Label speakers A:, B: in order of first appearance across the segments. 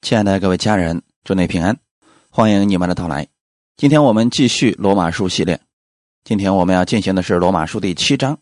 A: 亲爱的各位家人，祝你平安，欢迎你们的到来。今天我们继续罗马书系列，今天我们要进行的是罗马书第7章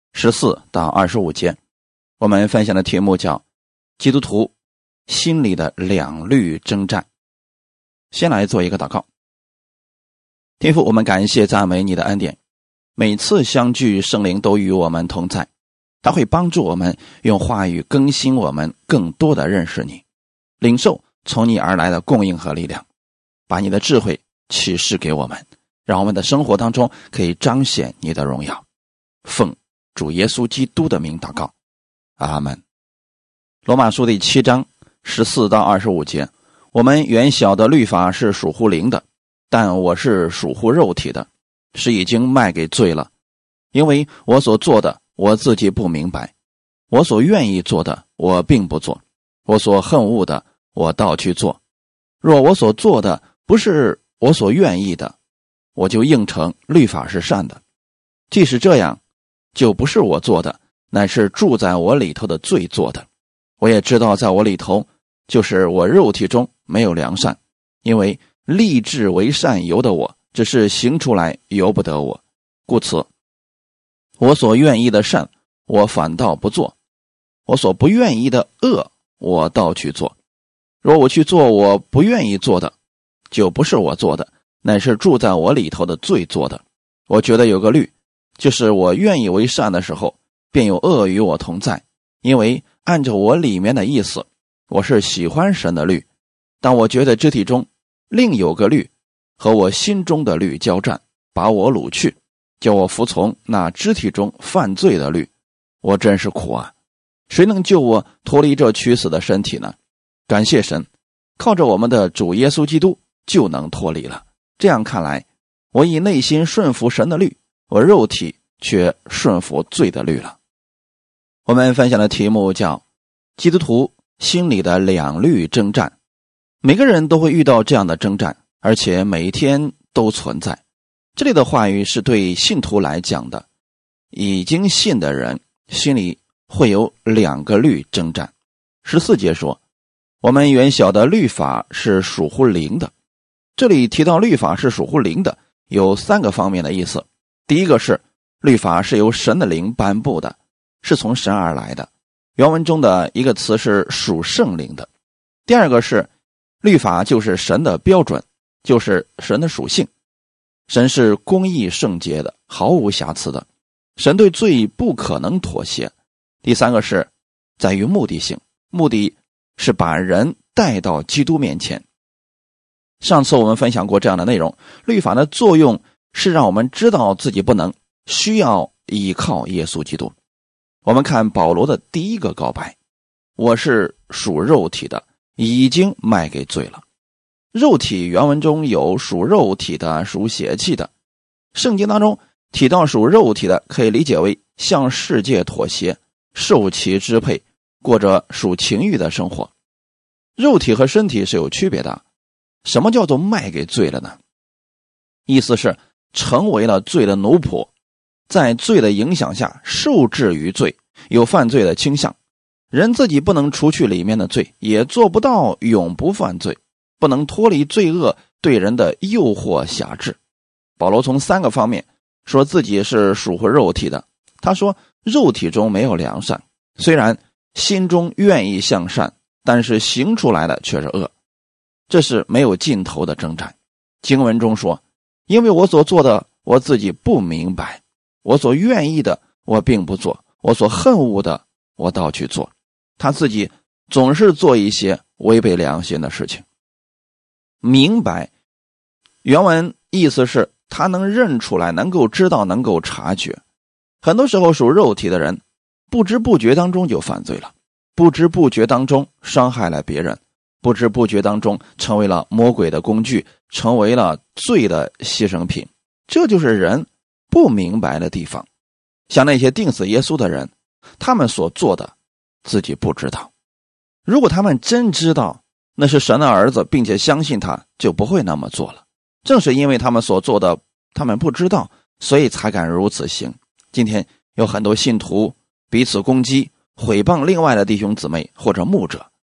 A: 14到25节。我们分享的题目叫基督徒心里的两律征战。先来做一个祷告。天父，我们感谢赞美你的恩典，每次相聚圣灵都与我们同在，他会帮助我们用话语更新我们，更多的认识你，领受从你而来的供应和力量，把你的智慧启示给我们，让我们的生活当中可以彰显你的荣耀。奉主耶稣基督的名祷告，阿们。罗马书第7章14到25节，我们原晓得律法是属乎灵的，但我是属乎肉体的，是已经卖给罪了。因为我所做的我自己不明白，我所愿意做的我并不做，我所恨恶的我倒去做。若我所做的不是我所愿意的，我就应承律法是善的。即使这样，就不是我做的，乃是住在我里头的罪做的。我也知道在我里头，就是我肉体中没有良善，因为立志为善由得我，只是行出来由不得我。故此我所愿意的善我反倒不做，我所不愿意的恶我倒去做。若我去做我不愿意做的，就不是我做的，乃是住在我里头的罪做的。我觉得有个律，就是我愿意为善的时候，便有恶与我同在。因为按照我里面的意思，我是喜欢神的律，但我觉得肢体中另有个律和我心中的律交战，把我掳去，叫我服从那肢体中犯罪的律。我真是苦啊！谁能救我脱离这屈死的身体呢？感谢神，靠着我们的主耶稣基督就能脱离了。这样看来，我以内心顺服神的律，我肉体却顺服罪的律了。我们分享的题目叫基督徒心里的两律征战。每个人都会遇到这样的征战，而且每一天都存在。这里的话语是对信徒来讲的，已经信的人心里会有两个律征战。14节说，我们原晓得律法是属乎灵的。这里提到律法是属乎灵的，有3个方面的意思。第一个是律法是由神的灵颁布的，是从神而来的，原文中的一个词是属圣灵的。第二个是律法就是神的标准，就是神的属性。神是公义圣洁的，毫无瑕疵的，神对罪不可能妥协。第3个是在于目的性，目的是把人带到基督面前。上次我们分享过这样的内容，律法的作用是让我们知道自己不能，需要依靠耶稣基督。我们看保罗的第一个告白，我是属肉体的，已经卖给罪了。肉体原文中有属肉体的，属血气的。圣经当中提到属肉体的，可以理解为向世界妥协，受其支配，过着属情欲的生活。肉体和身体是有区别的。什么叫做卖给罪了呢？意思是成为了罪的奴仆，在罪的影响下受制于罪，有犯罪的倾向。人自己不能除去里面的罪，也做不到永不犯罪，不能脱离罪恶对人的诱惑辖制。保罗从3个方面说自己是属乎肉体的。他说肉体中没有良善，虽然心中愿意向善，但是行出来的却是恶。这是没有尽头的征战。经文中说，因为我所做的我自己不明白，我所愿意的我并不做，我所恨恶的我倒去做。他自己总是做一些违背良心的事情。明白原文意思是他能认出来，能够知道，能够察觉。很多时候属肉体的人不知不觉当中就犯罪了，不知不觉当中伤害了别人，不知不觉当中成为了魔鬼的工具，成为了罪的牺牲品。这就是人不明白的地方。像那些定死耶稣的人，他们所做的自己不知道。如果他们真知道那是神的儿子，并且相信他，就不会那么做了。正是因为他们所做的他们不知道，所以才敢如此行。今天有很多信徒彼此攻击，毁谤另外的弟兄姊妹或者牧者，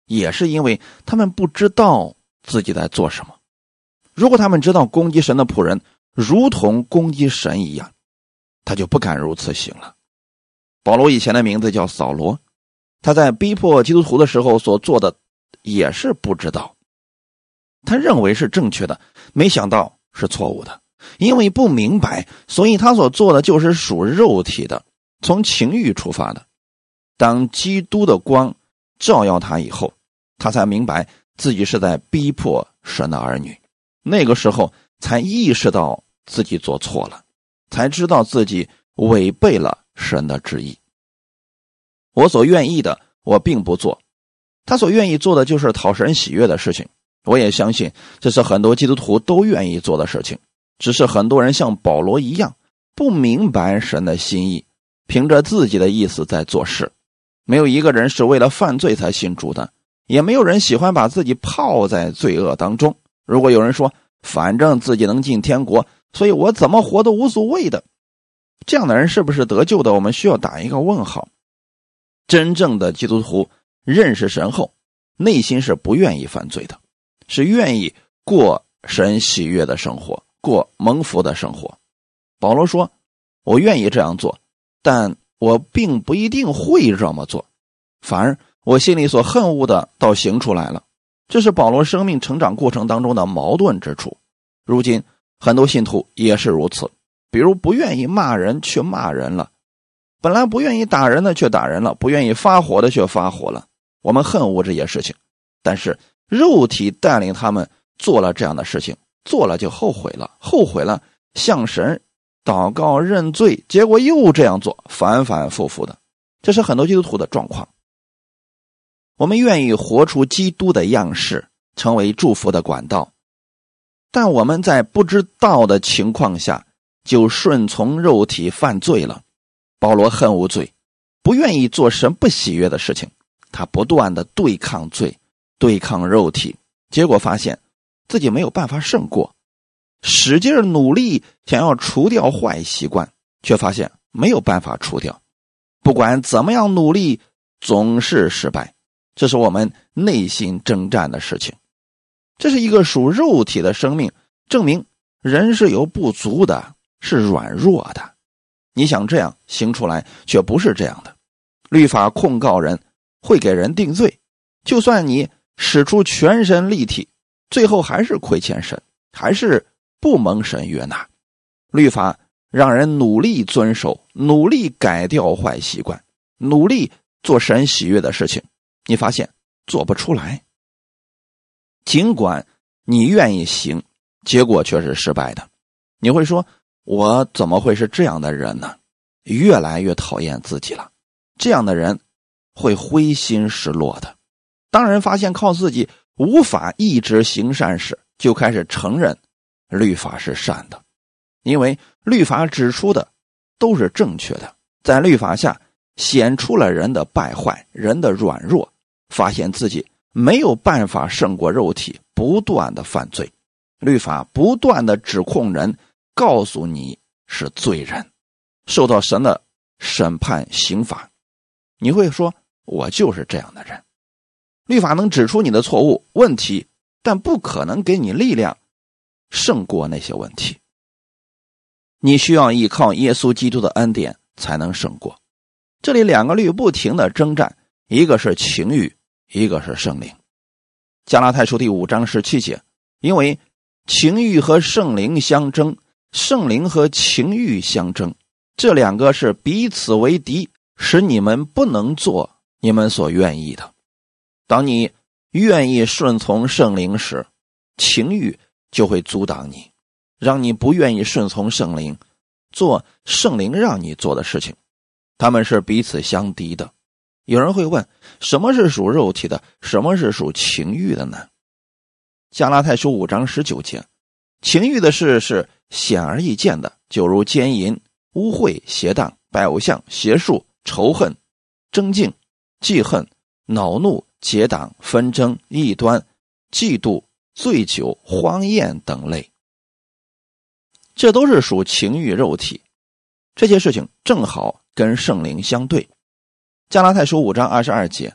A: 也是因为他们不知道自己在做什么。如果他们知道攻击神的仆人如同攻击神一样，他就不敢如此行了。保罗以前的名字叫扫罗，他在逼迫基督徒的时候所做的也是不知道，他认为是正确的，没想到是错误的。因为不明白，所以他所做的就是属肉体的，从情欲出发的。当基督的光照耀他以后，他才明白自己是在逼迫神的儿女，那个时候才意识到自己做错了，才知道自己违背了神的旨意。我所愿意的我并不做，他所愿意做的就是讨神喜悦的事情。我也相信这是很多基督徒都愿意做的事情，只是很多人像保罗一样不明白神的心意，凭着自己的意思在做事。没有一个人是为了犯罪才信主的，也没有人喜欢把自己泡在罪恶当中。如果有人说反正自己能进天国，所以我怎么活都无所谓的，这样的人是不是得救的，我们需要打一个问号。真正的基督徒认识神后，内心是不愿意犯罪的，是愿意过神喜悦的生活，过蒙福的生活。保罗说，我愿意这样做，但我并不一定会这么做，反而我心里所恨恶的倒行出来了。这是保罗生命成长过程当中的矛盾之处。如今很多信徒也是如此，比如不愿意骂人却骂人了，本来不愿意打人的却打人了，不愿意发火的却发火了。我们恨恶这些事情，但是肉体带领他们做了这样的事情，做了就后悔了，后悔了向神祷告认罪，结果又这样做，反反复复的。这是很多基督徒的状况。我们愿意活出基督的样式，成为祝福的管道，但我们在不知道的情况下就顺从肉体犯罪了。保罗恨恶罪，不愿意做神不喜悦的事情，他不断的对抗罪，对抗肉体，结果发现自己没有办法胜过，使劲努力想要除掉坏习惯，却发现没有办法除掉，不管怎么样努力总是失败。这是我们内心征战的事情，这是一个属肉体的生命，证明人是有不足的，是软弱的。你想这样行出来，却不是这样的。律法控告人，会给人定罪，就算你使出全身力气，最后还是亏欠神，还是不蒙神悦纳。律法让人努力遵守，努力改掉坏习惯，努力做神喜悦的事情，你发现做不出来。尽管你愿意行，结果却是失败的。你会说，我怎么会是这样的人呢？越来越讨厌自己了。这样的人会灰心失落的。当人发现靠自己无法一直行善事，就开始承认律法是善的，因为律法指出的都是正确的。在律法下显出了人的败坏，人的软弱，发现自己没有办法胜过肉体，不断的犯罪。律法不断的指控人，告诉你是罪人，受到神的审判刑罚。你会说，我就是这样的人。律法能指出你的错误问题，但不可能给你力量胜过那些问题。你需要依靠耶稣基督的恩典才能胜过。这里两个律不停的征战，一个是情欲，一个是圣灵。加拉太书第5章17节，因为情欲和圣灵相争，圣灵和情欲相争，这两个是彼此为敌，使你们不能做你们所愿意的。当你愿意顺从圣灵时，情欲就会阻挡你，让你不愿意顺从圣灵，做圣灵让你做的事情。他们是彼此相敌的。有人会问，什么是属肉体的，什么是属情欲的呢？加拉太书5章19节，情欲的事是显而易见的，就如奸淫、污秽、邪荡、拜偶像、邪术、仇恨、争竞、记恨、恼怒、结党、纷争、异端、嫉妒、醉酒、荒宴等类。这都是属情欲肉体，这些事情正好跟圣灵相对。加拉太书5章22节，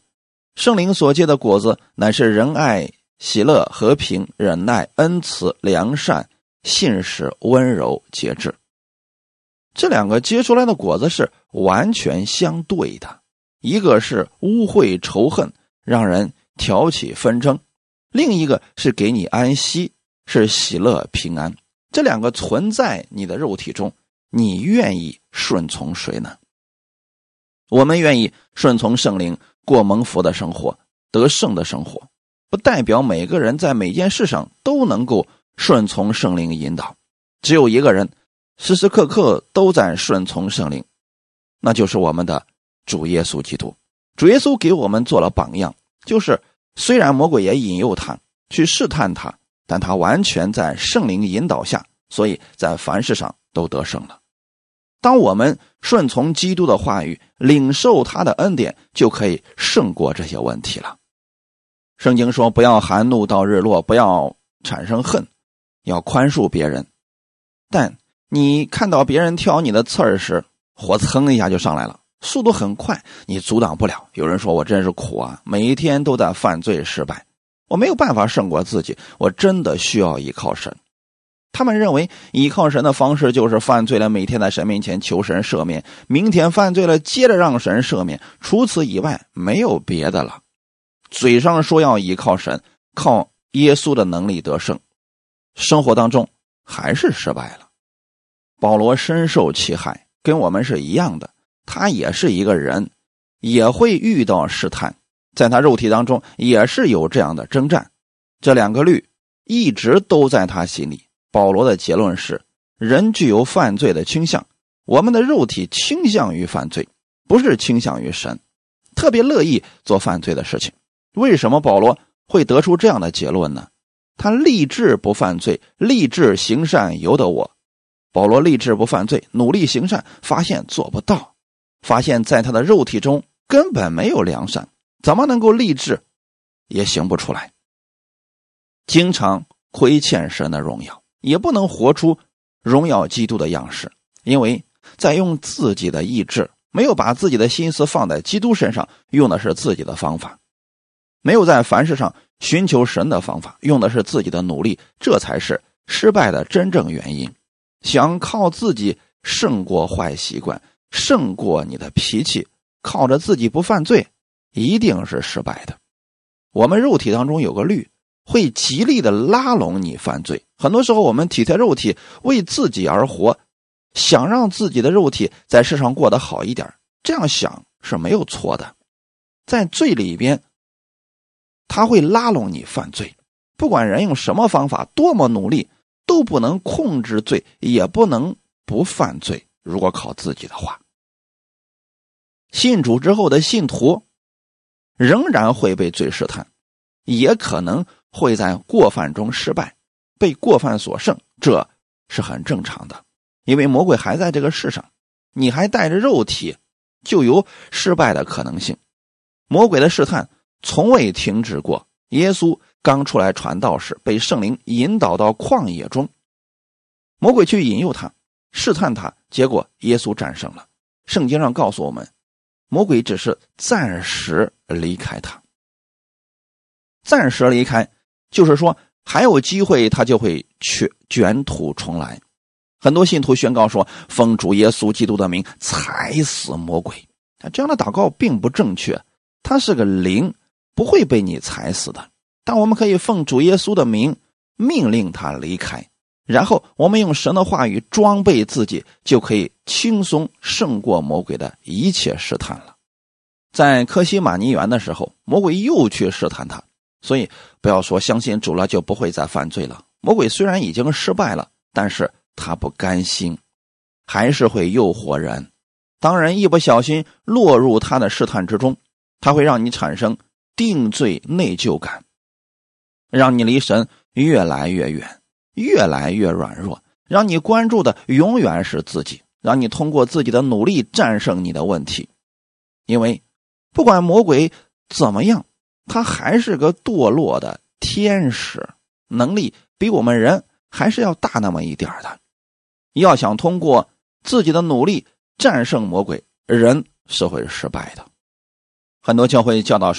A: 圣灵所结的果子乃是仁爱、喜乐、和平、忍耐、恩慈、良善、信实、温柔、节制。这两个结出来的果子是完全相对的，一个是污秽仇恨，让人挑起纷争，另一个是给你安息，是喜乐平安。这两个存在你的肉体中，你愿意顺从谁呢？我们愿意顺从圣灵，过蒙福的生活，得胜的生活，不代表每个人在每件事上都能够顺从圣灵引导。只有一个人时时刻刻都在顺从圣灵，那就是我们的主耶稣基督。主耶稣给我们做了榜样，就是虽然魔鬼也引诱他去试探他，但他完全在圣灵引导下，所以在凡事上都得胜了。当我们顺从基督的话语，领受他的恩典，就可以胜过这些问题了。圣经说，不要含怒到日落，不要产生恨，要宽恕别人。但你看到别人挑你的刺儿时，火蹭一下就上来了，速度很快，你阻挡不了。有人说，我真是苦啊，每一天都在犯罪失败，我没有办法胜过自己，我真的需要依靠神。他们认为依靠神的方式就是犯罪了，每天在神面前求神赦免，明天犯罪了，接着让神赦免，除此以外没有别的了。嘴上说要依靠神，靠耶稣的能力得胜，生活当中还是失败了。保罗深受其害，跟我们是一样的，他也是一个人，也会遇到试探，在他肉体当中也是有这样的征战，这两个律一直都在他心里。保罗的结论是，人具有犯罪的倾向，我们的肉体倾向于犯罪，不是倾向于神，特别乐意做犯罪的事情。为什么保罗会得出这样的结论呢？他立志不犯罪，立志行善由得我。保罗立志不犯罪，努力行善，发现做不到，发现在他的肉体中根本没有良善，怎么能够立志也行不出来，经常亏欠神的荣耀，也不能活出荣耀基督的样式，因为在用自己的意志，没有把自己的心思放在基督身上，用的是自己的方法，没有在凡事上寻求神的方法，用的是自己的努力，这才是失败的真正原因。想靠自己胜过坏习惯，胜过你的脾气，靠着自己不犯罪，一定是失败的。我们肉体当中有个律，会极力的拉拢你犯罪。很多时候我们体贴肉体，为自己而活，想让自己的肉体在世上过得好一点，这样想是没有错的。在罪里边，他会拉拢你犯罪，不管人用什么方法，多么努力，都不能控制罪，也不能不犯罪。如果靠自己的话，信主之后的信徒仍然会被罪试探，也可能会在过犯中失败，被过犯所胜，这是很正常的。因为魔鬼还在这个世上，你还带着肉体，就有失败的可能性。魔鬼的试探从未停止过。耶稣刚出来传道时，被圣灵引导到旷野中，魔鬼去引诱他，试探他，结果耶稣战胜了。圣经上告诉我们，魔鬼只是暂时离开他。暂时离开，就是说还有机会他就会去卷土重来。很多信徒宣告说，奉主耶稣基督的名踩死魔鬼。这样的祷告并不正确，他是个灵，不会被你踩死的。但我们可以奉主耶稣的名命令他离开，然后我们用神的话语装备自己，就可以轻松胜过魔鬼的一切试探了。在客西马尼园的时候，魔鬼又去试探他，所以不要说相信主了就不会再犯罪了。魔鬼虽然已经失败了，但是他不甘心，还是会诱惑人。当人一不小心落入他的试探之中，他会让你产生定罪内疚感，让你离神越来越远，越来越软弱，让你关注的永远是自己，让你通过自己的努力战胜你的问题。因为不管魔鬼怎么样，他还是个堕落的天使，能力比我们人还是要大那么一点的。要想通过自己的努力战胜魔鬼，人是会失败的。很多教会教导说，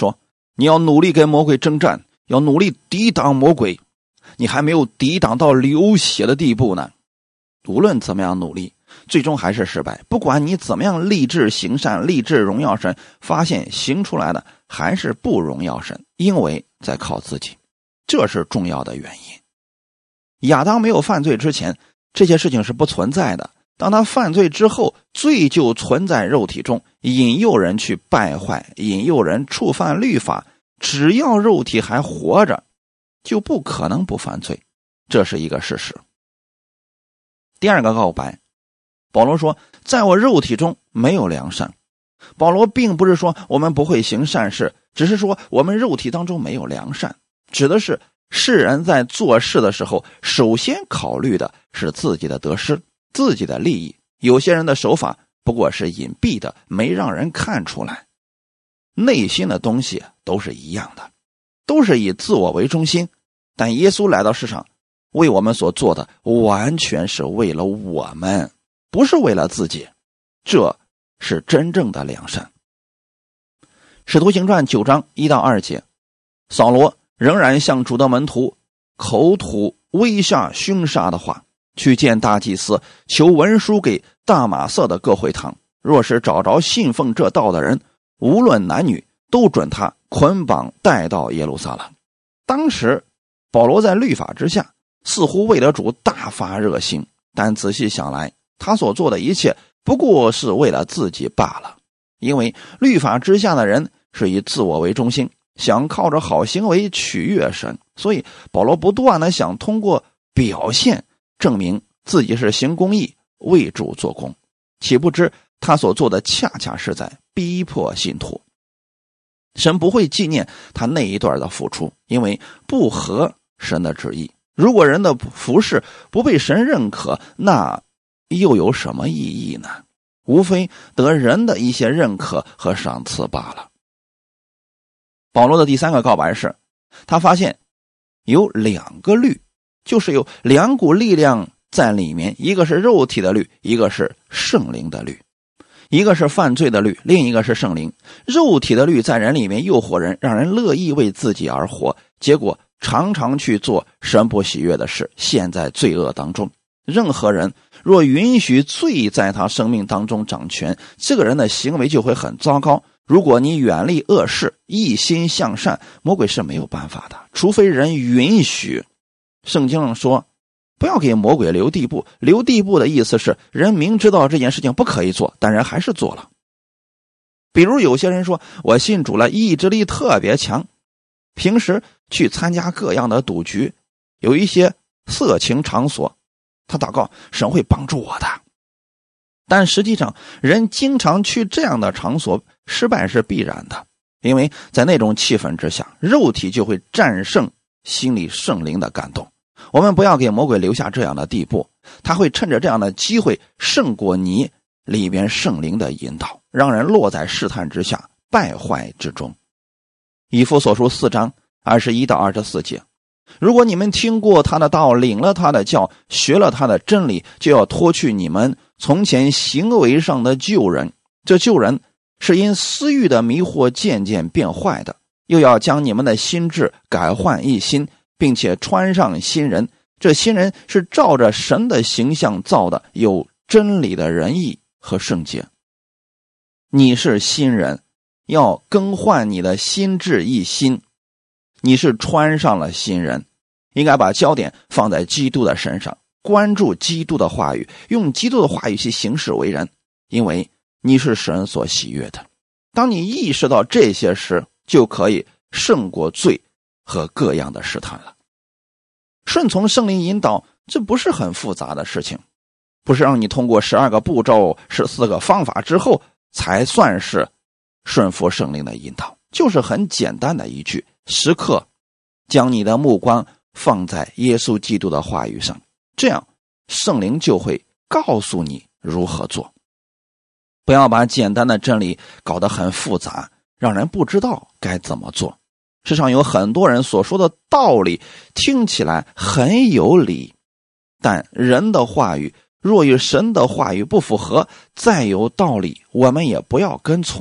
A: 你要努力跟魔鬼征战，要努力抵挡魔鬼，你还没有抵挡到流血的地步呢。无论怎么样努力，最终还是失败。不管你怎么样立志行善，立志荣耀神，发现行出来的还是不荣耀神，因为在靠自己，这是重要的原因。亚当没有犯罪之前，这些事情是不存在的。当他犯罪之后，罪就存在肉体中，引诱人去败坏，引诱人触犯律法。只要肉体还活着，就不可能不犯罪，这是一个事实。第二个告白，保罗说，在我肉体中没有良善。保罗并不是说我们不会行善事，只是说我们肉体当中没有良善，指的是世人在做事的时候，首先考虑的是自己的得失，自己的利益。有些人的手法不过是隐蔽的，没让人看出来，内心的东西都是一样的，都是以自我为中心。但耶稣来到世上，为我们所做的完全是为了我们，不是为了自己，这是真正的良善。使徒行传9章1到2节，扫罗仍然向主的门徒口吐威吓凶杀的话，去见大祭司，求文书给大马色的各会堂，若是找着信奉这道的人，无论男女，都准他捆绑带到耶路撒冷。当时保罗在律法之下，似乎为了主大发热心，但仔细想来，他所做的一切不过是为了自己罢了。因为律法之下的人是以自我为中心，想靠着好行为取悦神，所以保罗不断的想通过表现证明自己是行公义，为主做工。岂不知他所做的恰恰是在逼迫信徒。神不会纪念他那一段的付出，因为不合神的旨意。如果人的服事不被神认可，那又有什么意义呢？无非得人的一些认可和赏赐罢了。保罗的第三个告白是，他发现有两个律，就是有两股力量在里面，一个是肉体的律，一个是圣灵的律。一个是犯罪的律，另一个是圣灵。肉体的律在人里面诱惑人，让人乐意为自己而活，结果常常去做神不喜悦的事，陷在罪恶当中。任何人若允许罪在他生命当中掌权，这个人的行为就会很糟糕。如果你远离恶事，一心向善，魔鬼是没有办法的，除非人允许。圣经上说，不要给魔鬼留地步。留地步的意思是，人明知道这件事情不可以做，但人还是做了。比如有些人说，我信主了，意志力特别强，平时去参加各样的赌局，有一些色情场所，他祷告神会帮助我的。但实际上人经常去这样的场所，失败是必然的，因为在那种气氛之下，肉体就会战胜心里圣灵的感动。我们不要给魔鬼留下这样的地步，他会趁着这样的机会胜过你里边圣灵的引导，让人落在试探之下，败坏之中。以弗所书4章21到24节，如果你们听过他的道，领了他的教，学了他的真理，就要脱去你们从前行为上的旧人，这旧人是因私欲的迷惑渐渐变坏的，又要将你们的心志改换一新，并且穿上新人，这新人是照着神的形象造的，有真理的仁义和圣洁。你是新人，要更换你的心志一新。你是穿上了新人，应该把焦点放在基督的身上，关注基督的话语，用基督的话语去行事为人，因为你是神所喜悦的。当你意识到这些时，就可以胜过罪和各样的试探了。顺从圣灵引导，这不是很复杂的事情，不是让你通过12个步骤、14个方法之后才算是顺服圣灵的引导，就是很简单的一句，时刻将你的目光放在耶稣基督的话语上，这样圣灵就会告诉你如何做。不要把简单的真理搞得很复杂，让人不知道该怎么做。世上有很多人所说的道理听起来很有理，但人的话语若与神的话语不符合，再有道理我们也不要跟从，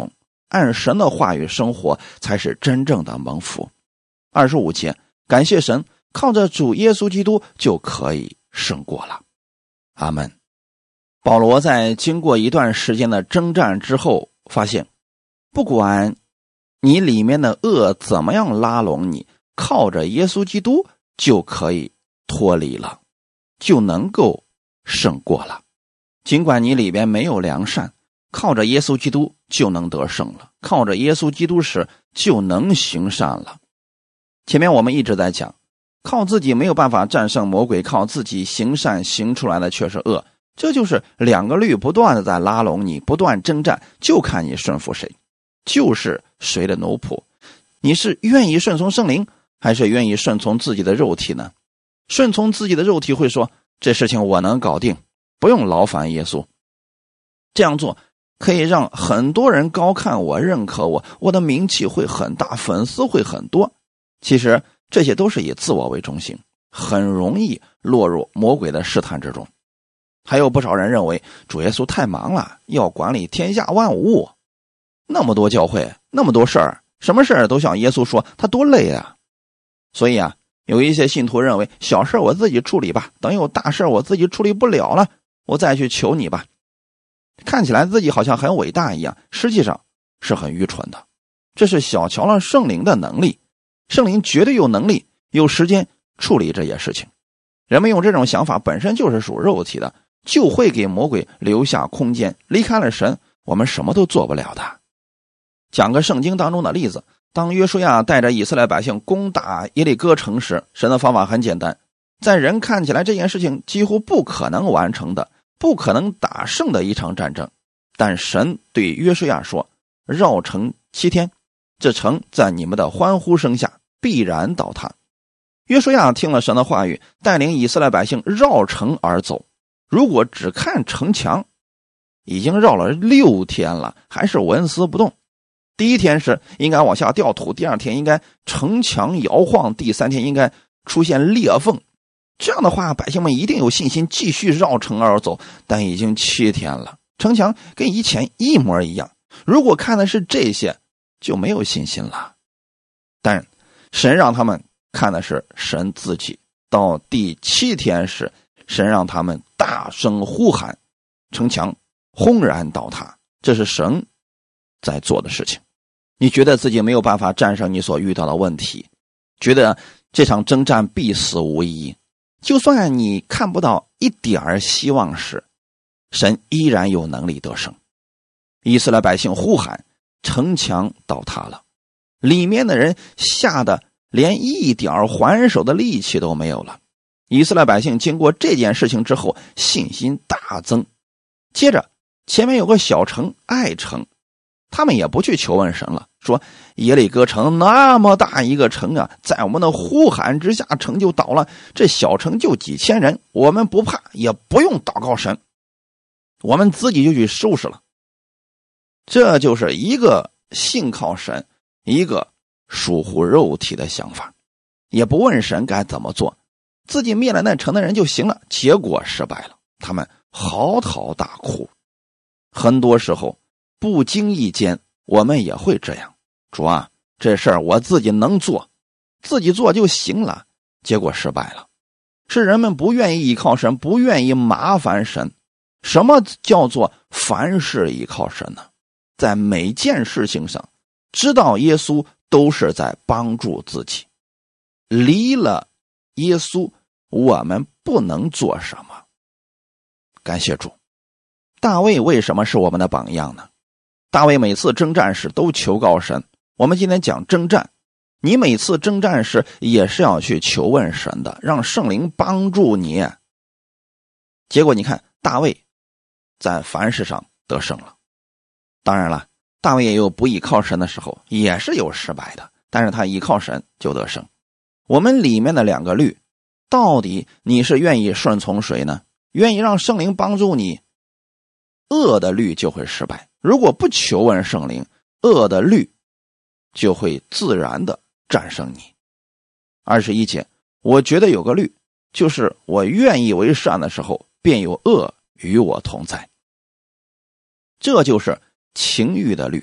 A: 按神的话语生活，才是真正的蒙福。25节，感谢神，靠着主耶稣基督就可以胜过了。阿们。保罗在经过一段时间的征战之后，发现不管你里面的恶怎么样拉拢你，靠着耶稣基督就可以脱离了，就能够胜过了。尽管你里边没有良善，靠着耶稣基督就能得胜了，靠着耶稣基督时就能行善了。前面我们一直在讲，靠自己没有办法战胜魔鬼，靠自己行善行出来的却是恶，这就是两个律不断的在拉拢你，不断征战，就看你顺服谁，就是谁的奴仆。你是愿意顺从圣灵，还是愿意顺从自己的肉体呢？顺从自己的肉体会说，这事情我能搞定，不用劳烦耶稣。这样做可以让很多人高看我，认可我，我的名气会很大，粉丝会很多。其实这些都是以自我为中心，很容易落入魔鬼的试探之中。还有不少人认为主耶稣太忙了，要管理天下万物，那么多教会，那么多事儿，什么事儿都向耶稣说，他多累啊。所以啊，有一些信徒认为小事我自己处理吧，等有大事我自己处理不了了，我再去求你吧。看起来自己好像很伟大一样，实际上是很愚蠢的。这是小瞧了圣灵的能力，圣灵绝对有能力有时间处理这些事情。人们用这种想法本身就是属肉体的，就会给魔鬼留下空间，离开了神，我们什么都做不了的。讲个圣经当中的例子，当约书亚带着以色列百姓攻打耶利哥城时，神的方法很简单，在人看起来这件事情几乎不可能完成的，不可能打胜的一场战争，但神对约书亚说，绕城7天，这城在你们的欢呼声下必然倒塌。约书亚听了神的话语，带领以色列百姓绕城而走。如果只看城墙，已经绕了6天了，还是纹丝不动。第一天是应该往下掉土，第二天应该城墙摇晃，第3天应该出现裂缝。这样的话，百姓们一定有信心继续绕城而走，但已经7天了，城墙跟以前一模一样。如果看的是这些，就没有信心了。但神让他们看的是神自己。到第7天时，神让他们大声呼喊，城墙轰然倒塌。这是神在做的事情。你觉得自己没有办法战胜你所遇到的问题，觉得这场征战必死无疑，就算你看不到一点希望时，神依然有能力得胜。以色列百姓呼喊，城墙倒塌了，里面的人吓得连一点还手的力气都没有了。以色列百姓经过这件事情之后，信心大增。接着前面有个小城爱城，他们也不去求问神了，说耶利哥城那么大一个城啊，在我们的呼喊之下城就倒了，这小城就几千人，我们不怕，也不用祷告神，我们自己就去收拾了。这就是一个信靠神，一个属乎肉体的想法，也不问神该怎么做，自己灭了那城的人就行了，结果失败了，他们嚎啕大哭。很多时候不经意间我们也会这样，主啊，这事儿我自己能做，自己做就行了，结果失败了。是人们不愿意依靠神，不愿意麻烦神。什么叫做凡事依靠神呢？在每件事情上知道耶稣都是在帮助自己，离了耶稣我们不能做什么。感谢主。大卫为什么是我们的榜样呢？大卫每次征战时都求告神。我们今天讲征战，你每次征战时也是要去求问神的，让圣灵帮助你。结果你看大卫在凡事上得胜了。当然了，大卫也有不依靠神的时候，也是有失败的，但是他依靠神就得胜。我们里面的两个律，到底你是愿意顺从谁呢？愿意让圣灵帮助你，恶的律就会失败。如果不求问圣灵，恶的律就会自然的战胜你。21节，我觉得有个律，就是我愿意为善的时候，便有恶与我同在。这就是情欲的律。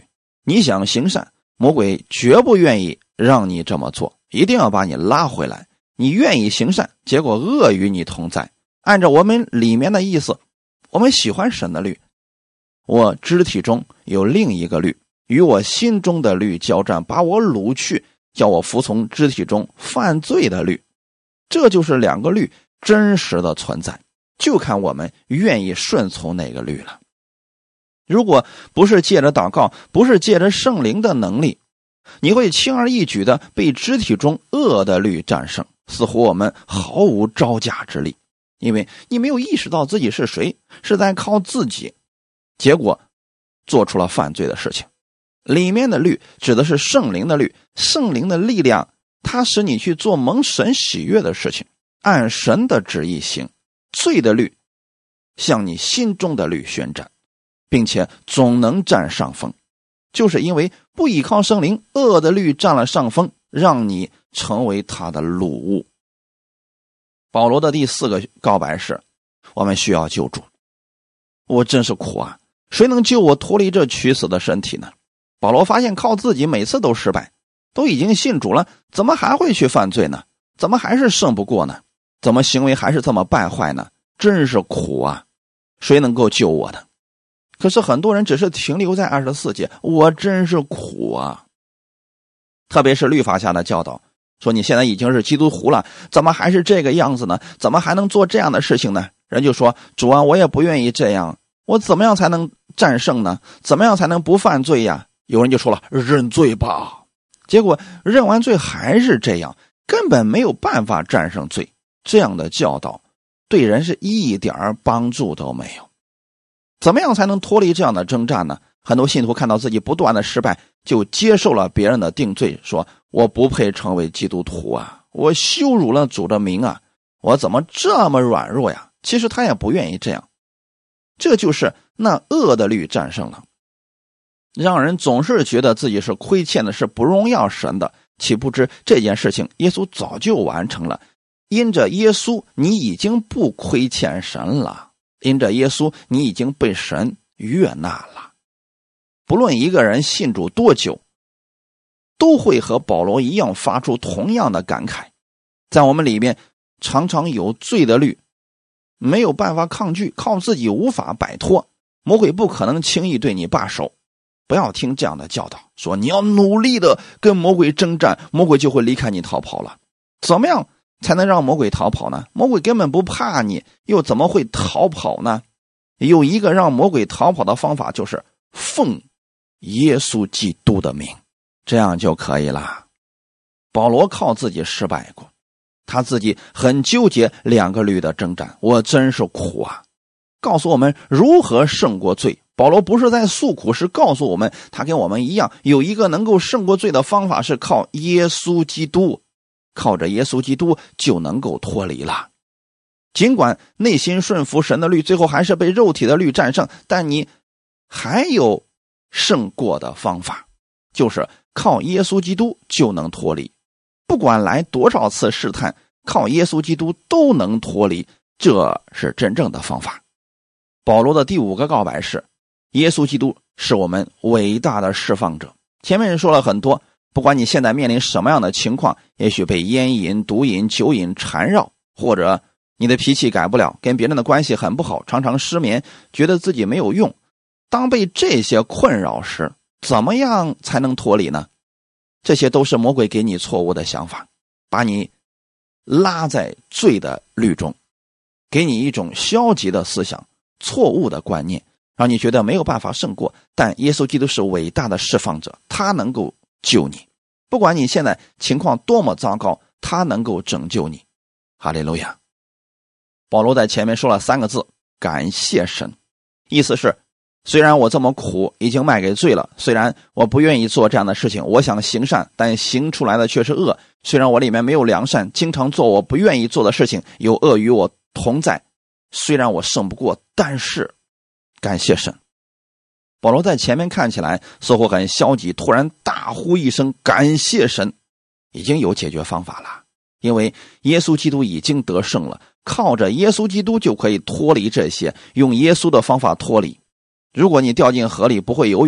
A: 你想行善，魔鬼绝不愿意让你这么做，一定要把你拉回来。你愿意行善，结果恶与你同在。按照我们里面的意思，我们喜欢神的律，我肢体中有另一个律，与我心中的律交战，把我掳去，叫我服从肢体中犯罪的律。这就是两个律真实的存在，就看我们愿意顺从哪个律了。如果不是借着祷告，不是借着圣灵的能力，你会轻而易举的被肢体中恶的律战胜，似乎我们毫无招架之力，因为你没有意识到自己是谁，是在靠自己，结果做出了犯罪的事情。里面的律指的是圣灵的律，圣灵的力量，它使你去做蒙神喜悦的事情，按神的旨意行。罪的律向你心中的律宣战，并且总能占上风，就是因为不依靠圣灵，恶的律占了上风，让你成为他的掳物。保罗的第4个告白是，我们需要救主。我真是苦啊，谁能救我脱离这取死的身体呢？保罗发现靠自己每次都失败，都已经信主了，怎么还会去犯罪呢？怎么还是胜不过呢？怎么行为还是这么败坏呢？真是苦啊，谁能够救我呢？可是很多人只是停留在24节，我真是苦啊。特别是律法下的教导，说你现在已经是基督徒了，怎么还是这个样子呢？怎么还能做这样的事情呢？人就说，主啊，我也不愿意这样，我怎么样才能战胜呢？怎么样才能不犯罪呀？有人就说了，认罪吧。结果认完罪还是这样，根本没有办法战胜罪。这样的教导对人是一点帮助都没有。怎么样才能脱离这样的征战呢？很多信徒看到自己不断的失败，就接受了别人的定罪，说我不配成为基督徒啊，我羞辱了主的名啊，我怎么这么软弱呀？其实他也不愿意这样。这就是那恶的律战胜了，让人总是觉得自己是亏欠的，是不荣耀神的，岂不知这件事情耶稣早就完成了。因着耶稣，你已经不亏欠神了，因着耶稣，你已经被神悦纳了。不论一个人信主多久，都会和保罗一样发出同样的感慨。在我们里面常常有罪的律，没有办法抗拒，靠自己无法摆脱，魔鬼不可能轻易对你罢手。不要听这样的教导，说你要努力的跟魔鬼征战，魔鬼就会离开你逃跑了。怎么样才能让魔鬼逃跑呢？魔鬼根本不怕你，又怎么会逃跑呢？有一个让魔鬼逃跑的方法，就是奉耶稣基督的名，这样就可以了。保罗靠自己失败过，他自己很纠结两个律的征战，我真是苦啊。告诉我们如何胜过罪。保罗不是在诉苦，是告诉我们他跟我们一样，有一个能够胜过罪的方法，是靠耶稣基督。靠着耶稣基督就能够脱离了。尽管内心顺服神的律，最后还是被肉体的律战胜，但你还有胜过的方法，就是靠耶稣基督就能脱离。不管来多少次试探，靠耶稣基督都能脱离，这是真正的方法。保罗的第5个告白是，耶稣基督是我们伟大的释放者。前面说了很多，不管你现在面临什么样的情况，也许被烟瘾、毒瘾、酒瘾缠绕，或者你的脾气改不了，跟别人的关系很不好，常常失眠，觉得自己没有用。当被这些困扰时，怎么样才能脱离呢？这些都是魔鬼给你错误的想法，把你拉在罪的律中，给你一种消极的思想，错误的观念，让你觉得没有办法胜过。但耶稣基督是伟大的释放者，他能够救你，不管你现在情况多么糟糕，他能够拯救你。哈利路亚。保罗在前面说了3个字，感谢神，意思是虽然我这么苦，已经卖给罪了，虽然我不愿意做这样的事情，我想行善，但行出来的却是恶，虽然我里面没有良善，经常做我不愿意做的事情，有恶与我同在，虽然我胜不过，但是感谢神。保罗在前面看起来似乎很消极，突然大呼一声感谢神，已经有解决方法了，因为耶稣基督已经得胜了，靠着耶稣基督就可以脱离这些，用耶稣的方法脱离。如果你掉进河里不会游泳，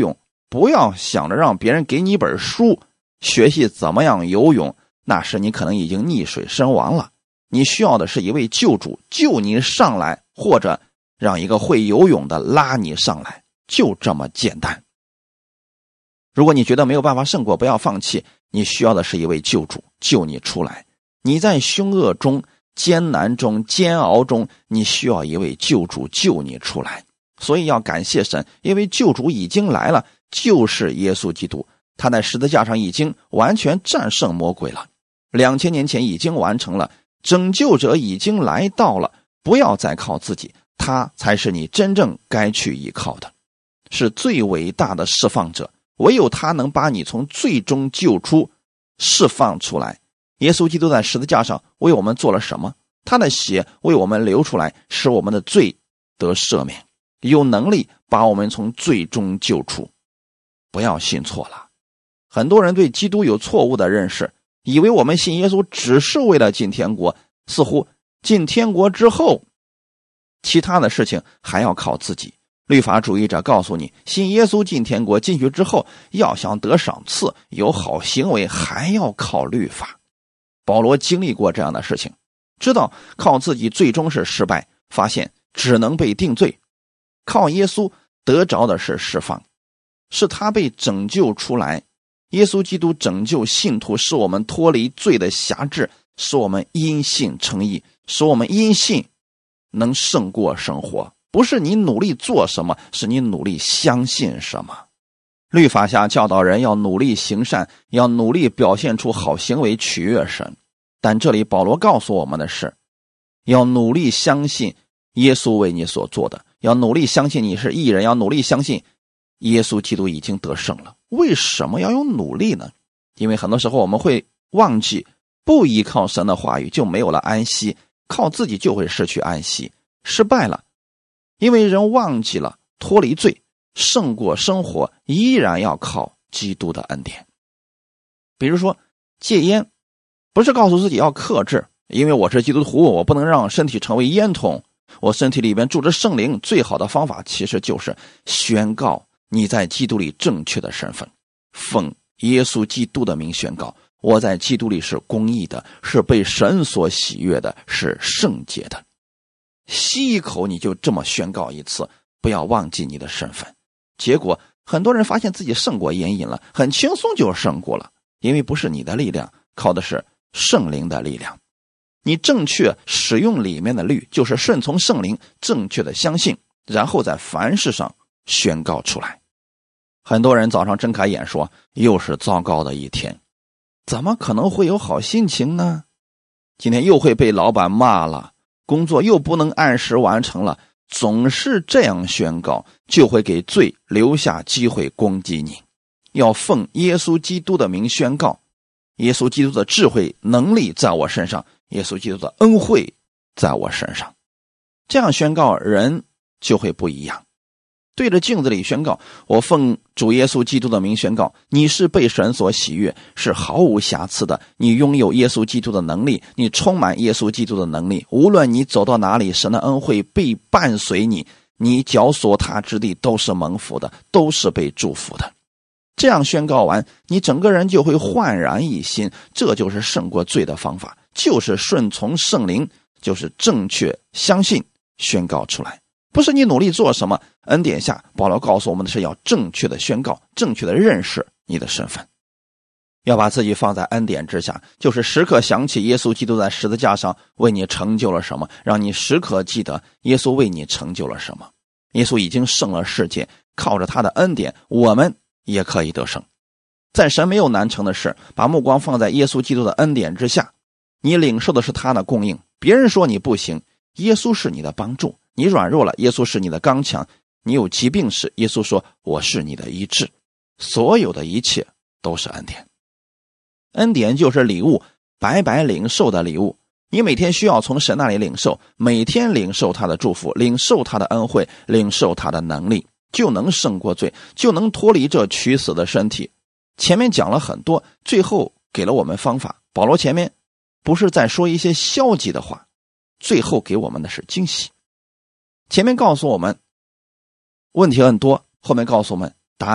A: 不要想着让别人给你一本书，学习怎么样游泳，那时你可能已经溺水身亡了。你需要的是一位救主救你上来，或者让一个会游泳的拉你上来，就这么简单。如果你觉得没有办法胜过，不要放弃，你需要的是一位救主救你出来。你在凶恶中、艰难中、煎熬中，你需要一位救主救你出来。所以要感谢神，因为救主已经来了，就是耶稣基督，他在十字架上已经完全战胜魔鬼了，2000年前已经完成了，拯救者已经来到了，不要再靠自己，他才是你真正该去依靠的，是最伟大的释放者，唯有他能把你从罪中救出，释放出来。耶稣基督在十字架上为我们做了什么？他的血为我们流出来，使我们的罪得赦免，有能力把我们从罪中救出。不要信错了，很多人对基督有错误的认识，以为我们信耶稣只是为了进天国，似乎进天国之后其他的事情还要靠自己。律法主义者告诉你，信耶稣进天国，进去之后要想得赏赐，有好行为，还要靠律法。保罗经历过这样的事情，知道靠自己最终是失败，发现只能被定罪。靠耶稣得着的是释放，是他被拯救出来。耶稣基督拯救信徒，使我们脱离罪的辖制，使我们因信称义，使我们因信能胜过生活。不是你努力做什么，是你努力相信什么。律法下教导人要努力行善，要努力表现出好行为取悦神，但这里保罗告诉我们的是，要努力相信耶稣为你所做的，要努力相信你是义人，要努力相信耶稣基督已经得胜了。为什么要有努力呢？因为很多时候我们会忘记，不依靠神的话语就没有了安息，靠自己就会失去安息，失败了。因为人忘记了脱离罪胜过生活，依然要靠基督的恩典。比如说戒烟，不是告诉自己要克制，因为我是基督徒，我不能让身体成为烟筒，我身体里面住着圣灵。最好的方法其实就是宣告你在基督里正确的身份，奉耶稣基督的名宣告，我在基督里是公义的，是被神所喜悦的，是圣洁的。吸一口你就这么宣告一次，不要忘记你的身份。结果很多人发现自己胜过烟瘾了，很轻松就胜过了，因为不是你的力量，靠的是圣灵的力量。你正确使用里面的律，就是顺从圣灵，正确的相信，然后在凡事上宣告出来。很多人早上睁开眼说，又是糟糕的一天，怎么可能会有好心情呢？今天又会被老板骂了，工作又不能按时完成了，总是这样宣告，就会给罪留下机会攻击你。要奉耶稣基督的名宣告，耶稣基督的智慧能力在我身上，耶稣基督的恩惠在我身上。这样宣告，人就会不一样。对着镜子里宣告，我奉主耶稣基督的名宣告，你是被神所喜悦，是毫无瑕疵的，你拥有耶稣基督的能力，你充满耶稣基督的能力，无论你走到哪里，神的恩惠必伴随你，你脚所踏之地都是蒙福的，都是被祝福的。这样宣告完，你整个人就会焕然一新。这就是胜过罪的方法，就是顺从圣灵，就是正确相信宣告出来。不是你努力做什么，恩典下保罗告诉我们的是要正确的宣告，正确的认识你的身份，要把自己放在恩典之下，就是时刻想起耶稣基督在十字架上为你成就了什么，让你时刻记得耶稣为你成就了什么。耶稣已经胜了世界，靠着他的恩典，我们也可以得胜。在神没有难成的事，把目光放在耶稣基督的恩典之下，你领受的是他的供应。别人说你不行，耶稣是你的帮助。你软弱了，耶稣是你的刚强；你有疾病时，耶稣说我是你的医治。所有的一切都是恩典。恩典就是礼物，白白领受的礼物。你每天需要从神那里领受，每天领受他的祝福，领受他的恩惠，领受他的能力，就能胜过罪，就能脱离这取死的身体。前面讲了很多，最后给了我们方法。保罗前面不是在说一些消极的话，最后给我们的是惊喜。前面告诉我们问题很多，后面告诉我们答案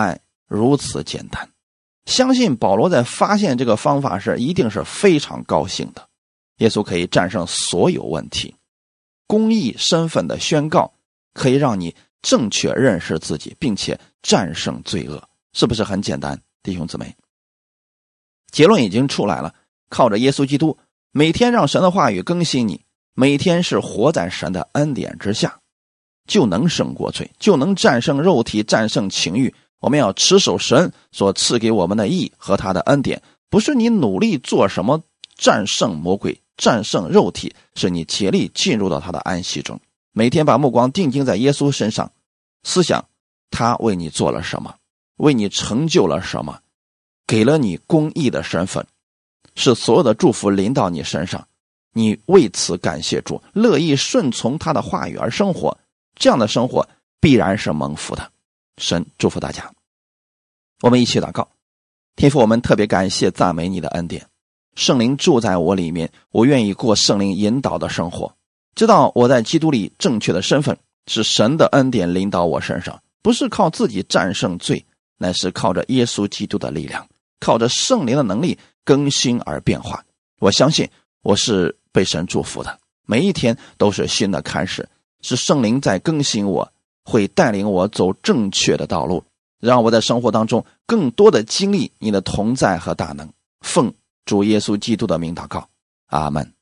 A: 如此简单。相信保罗在发现这个方法时一定是非常高兴的。耶稣可以战胜所有问题，公义身份的宣告可以让你正确认识自己，并且战胜罪恶，是不是很简单，弟兄姊妹？结论已经出来了，靠着耶稣基督，每天让神的话语更新你，每天是活在神的恩典之下，就能胜过罪，就能战胜肉体，战胜情欲。我们要持守神所赐给我们的义和他的恩典，不是你努力做什么战胜魔鬼，战胜肉体，是你竭力进入到他的安息中，每天把目光定睛在耶稣身上，思想他为你做了什么，为你成就了什么，给了你公义的身份，是所有的祝福临到你身上，你为此感谢主，乐意顺从他的话语而生活，这样的生活必然是蒙福的。神祝福大家。我们一起祷告。天父，我们特别感谢赞美你的恩典，圣灵住在我里面，我愿意过圣灵引导的生活，知道我在基督里正确的身份是神的恩典临到我身上，不是靠自己战胜罪，乃是靠着耶稣基督的力量，靠着圣灵的能力更新而变化。我相信我是被神祝福的，每一天都是新的开始，是圣灵在更新我，会带领我走正确的道路，让我在生活当中更多的经历你的同在和大能。奉主耶稣基督的名祷告，阿们。